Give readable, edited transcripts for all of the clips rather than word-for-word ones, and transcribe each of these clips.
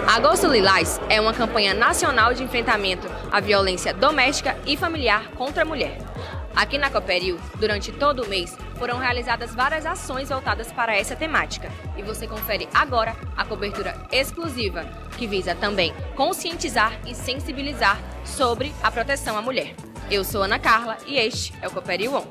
Agosto Lilás é uma campanha nacional de enfrentamento à violência doméstica e familiar contra a mulher. Aqui na Coperil, durante todo o mês, foram realizadas várias ações voltadas para essa temática. E você confere agora a cobertura exclusiva, que visa também conscientizar e sensibilizar sobre a proteção à mulher. Eu sou Ana Carla e este é o Coperil On.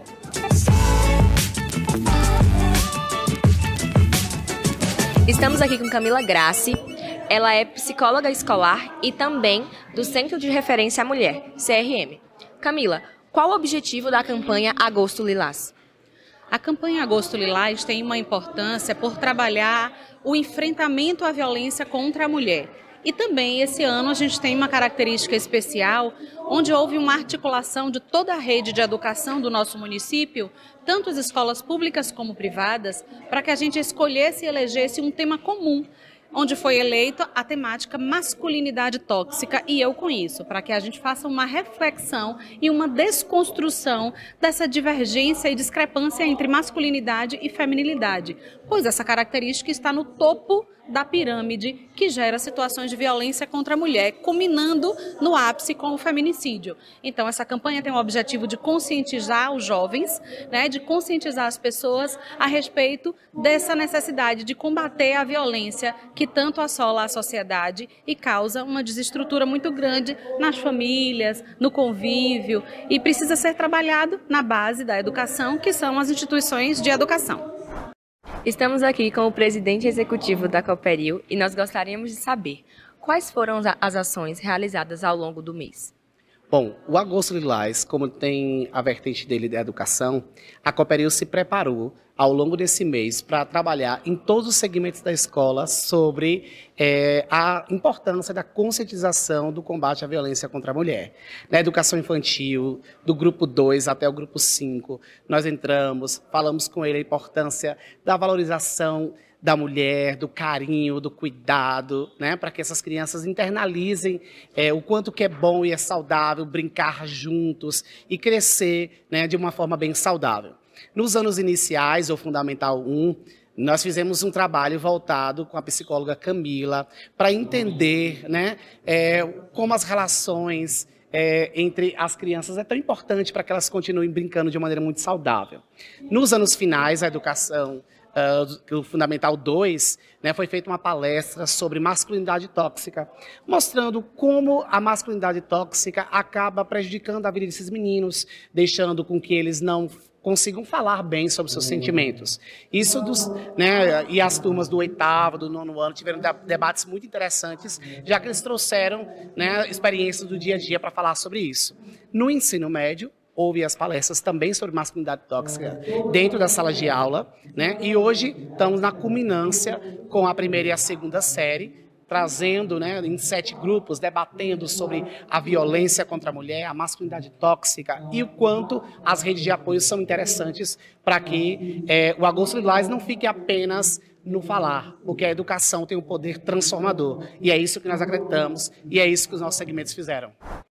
Estamos aqui com Camila Grassi. Ela é psicóloga escolar e também do Centro de Referência à Mulher, CRM. Camila, qual o objetivo da campanha Agosto Lilás? A campanha Agosto Lilás tem uma importância por trabalhar o enfrentamento à violência contra a mulher. E também esse ano a gente tem uma característica especial, onde houve uma articulação de toda a rede de educação do nosso município, tanto as escolas públicas como privadas, para que a gente escolhesse e elegesse um tema comum, onde foi eleita a temática masculinidade tóxica, e eu com isso, para que a gente faça uma reflexão e uma desconstrução dessa divergência e discrepância entre masculinidade e feminilidade, pois essa característica está no topo da pirâmide que gera situações de violência contra a mulher, culminando no ápice com o feminicídio. Então, essa campanha tem o objetivo de conscientizar os jovens, de conscientizar as pessoas a respeito dessa necessidade de combater a violência que tanto assola a sociedade e causa uma desestrutura muito grande nas famílias, no convívio, e precisa ser trabalhado na base da educação, que são as instituições de educação. Estamos aqui com o presidente executivo da Coperil e nós gostaríamos de saber quais foram as ações realizadas ao longo do mês. Bom, o Agosto Lilás, como tem a vertente dele da educação, a Coperil se preparou ao longo desse mês para trabalhar em todos os segmentos da escola sobre a importância da conscientização do combate à violência contra a mulher. Na educação infantil, do grupo 2 até o grupo 5, nós entramos, falamos com ele a importância da valorização da mulher, do carinho, do cuidado, para que essas crianças internalizem o quanto que é bom e é saudável brincar juntos e crescer de uma forma bem saudável. Nos anos iniciais, ou Fundamental 1, nós fizemos um trabalho voltado com a psicóloga Camila para entender como as relações entre as crianças é tão importante para que elas continuem brincando de maneira muito saudável. Nos anos finais, a educação o Fundamental 2, foi feita uma palestra sobre masculinidade tóxica, mostrando como a masculinidade tóxica acaba prejudicando a vida desses meninos, deixando com que eles não consigam falar bem sobre seus sentimentos. Isso e as turmas do 8º, do 9º ano tiveram debates muito interessantes, já que eles trouxeram experiências do dia a dia para falar sobre isso. No ensino médio, houve as palestras também sobre masculinidade tóxica dentro das salas de aula, e hoje estamos na culminância com a primeira e a segunda série, trazendo em 7 grupos, debatendo sobre a violência contra a mulher, a masculinidade tóxica e o quanto as redes de apoio são interessantes para que o Agosto Lilás não fique apenas no falar, porque a educação tem um poder transformador, e é isso que nós acreditamos, e é isso que os nossos segmentos fizeram.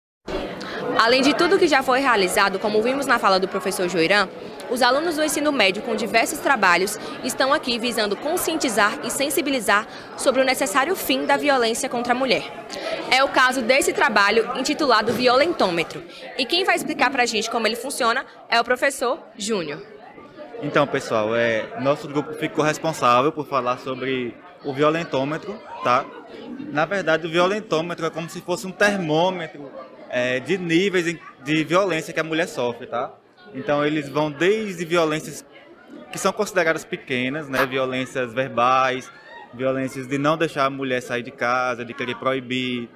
Além de tudo que já foi realizado, como vimos na fala do professor Joirã, os alunos do ensino médio com diversos trabalhos estão aqui visando conscientizar e sensibilizar sobre o necessário fim da violência contra a mulher. É o caso desse trabalho intitulado Violentômetro. E quem vai explicar para a gente como ele funciona é o professor Júnior. Então, pessoal, nosso grupo ficou responsável por falar sobre o violentômetro, tá? Na verdade, o violentômetro é como se fosse um termômetro de níveis de violência que a mulher sofre, tá? Então eles vão desde violências que são consideradas pequenas, violências verbais, violências de não deixar a mulher sair de casa, de querer proibir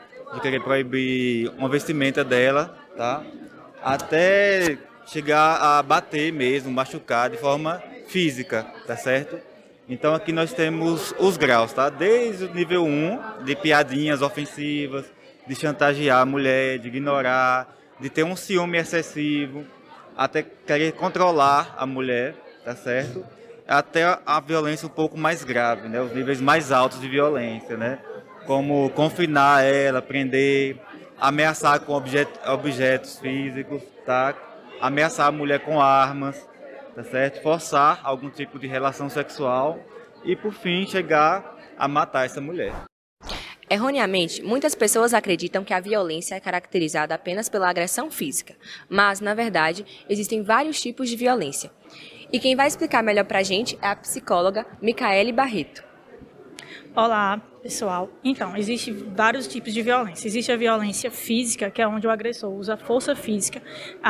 uma vestimenta dela, tá? Até chegar a bater mesmo, machucar de forma física, tá certo? Então aqui nós temos os graus, tá? Desde o nível 1, de piadinhas ofensivas, de chantagear a mulher, de ignorar, de ter um ciúme excessivo, até querer controlar a mulher, tá certo? Até a violência um pouco mais grave, os níveis mais altos de violência, como confinar ela, prender, ameaçar com objetos físicos, tá? Ameaçar a mulher com armas, tá certo? Forçar algum tipo de relação sexual e, por fim, chegar a matar essa mulher. Erroneamente, muitas pessoas acreditam que a violência é caracterizada apenas pela agressão física, mas, na verdade, existem vários tipos de violência. E quem vai explicar melhor pra gente é a psicóloga Micaele Barreto. Olá, pessoal. Então, existem vários tipos de violência. Existe a violência física, que é onde o agressor usa força física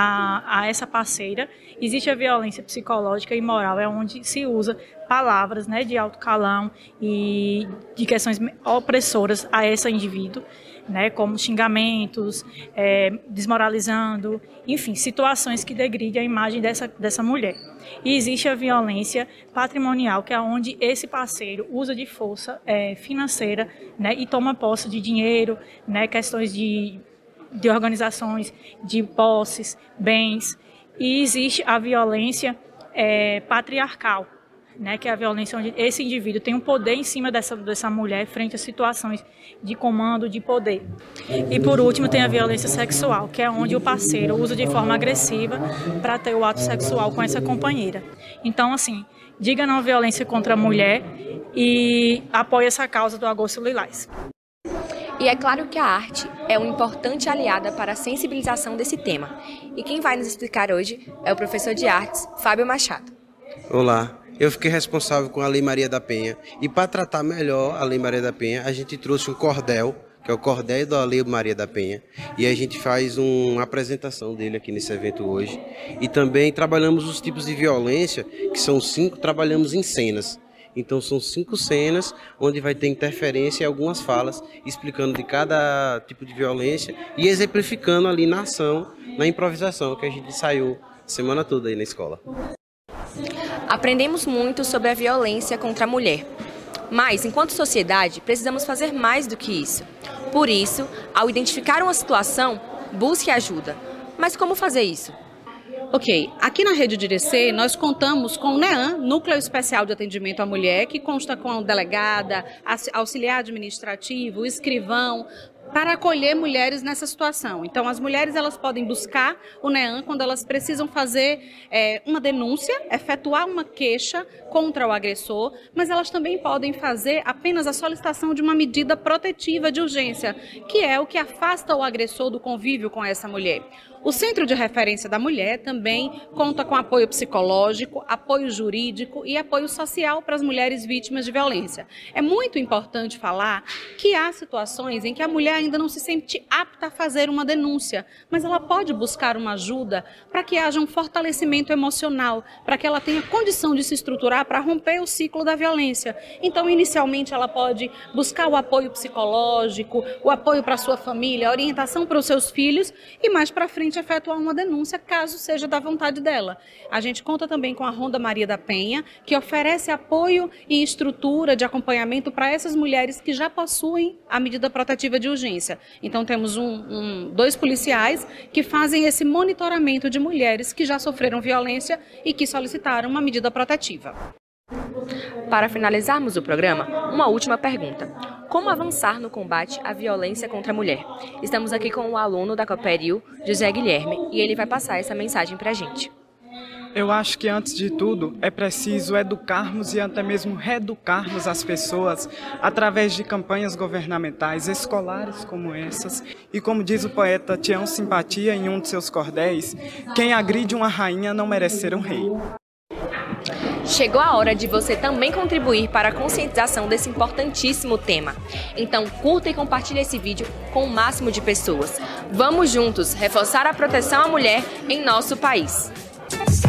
a essa parceira. Existe a violência psicológica e moral, é onde se usa palavras, né, de alto calão e de questões opressoras a esse indivíduo, né, como xingamentos, desmoralizando, enfim, situações que degridem a imagem dessa mulher. E existe a violência patrimonial, que é onde esse parceiro usa de força financeira, né, e toma posse de dinheiro, né, questões de organizações, de posses, bens. E existe a violência patriarcal, né, que é a violência onde esse indivíduo tem um poder em cima dessa mulher frente a situações de comando, de poder. E por último tem a violência sexual, que é onde o parceiro usa de forma agressiva para ter o ato sexual com essa companheira. Então, assim, diga não à violência contra a mulher e apoie essa causa do Agosto Lilás. E é claro que a arte é uma importante aliada para a sensibilização desse tema. E quem vai nos explicar hoje é o professor de artes, Fábio Machado. Olá. Eu fiquei responsável com a Lei Maria da Penha e para tratar melhor a Lei Maria da Penha, a gente trouxe um cordel, que é o cordel da Lei Maria da Penha, e a gente faz uma apresentação dele aqui nesse evento hoje. E também trabalhamos os tipos de violência, que são 5, trabalhamos em cenas. Então são 5 cenas onde vai ter interferência e algumas falas explicando de cada tipo de violência e exemplificando ali na ação, na improvisação que a gente ensaiou a semana toda aí na escola. Aprendemos muito sobre a violência contra a mulher. Mas, enquanto sociedade, precisamos fazer mais do que isso. Por isso, ao identificar uma situação, busque ajuda. Mas como fazer isso? Ok, aqui na Rede Direcê nós contamos com o NEAM, Núcleo Especial de Atendimento à Mulher, que consta com delegada, auxiliar administrativo, escrivão, para acolher mulheres nessa situação. Então, as mulheres elas podem buscar o NEAM quando elas precisam fazer uma denúncia, efetuar uma queixa contra o agressor, mas elas também podem fazer apenas a solicitação de uma medida protetiva de urgência, que é o que afasta o agressor do convívio com essa mulher. O Centro de Referência da Mulher também conta com apoio psicológico, apoio jurídico e apoio social para as mulheres vítimas de violência. É muito importante falar que há situações em que a mulher ainda não se sente apta a fazer uma denúncia, mas ela pode buscar uma ajuda para que haja um fortalecimento emocional, para que ela tenha condição de se estruturar para romper o ciclo da violência. Então, inicialmente, ela pode buscar o apoio psicológico, o apoio para a sua família, a orientação para os seus filhos e mais para frente efetuar uma denúncia, caso seja da vontade dela. A gente conta também com a Ronda Maria da Penha, que oferece apoio e estrutura de acompanhamento para essas mulheres que já possuem a medida protetiva de urgência. Então temos 2 policiais que fazem esse monitoramento de mulheres que já sofreram violência e que solicitaram uma medida protetiva. Para finalizarmos o programa, uma última pergunta. Como avançar no combate à violência contra a mulher? Estamos aqui com o aluno da Coperil, José Guilherme, e ele vai passar essa mensagem para a gente. Eu acho que, antes de tudo, é preciso educarmos e até mesmo reeducarmos as pessoas através de campanhas governamentais, escolares como essas. E como diz o poeta Tião Simpatia em um de seus cordéis, quem agride uma rainha não merece ser um rei. Chegou a hora de você também contribuir para a conscientização desse importantíssimo tema. Então, curta e compartilhe esse vídeo com o máximo de pessoas. Vamos juntos reforçar a proteção à mulher em nosso país.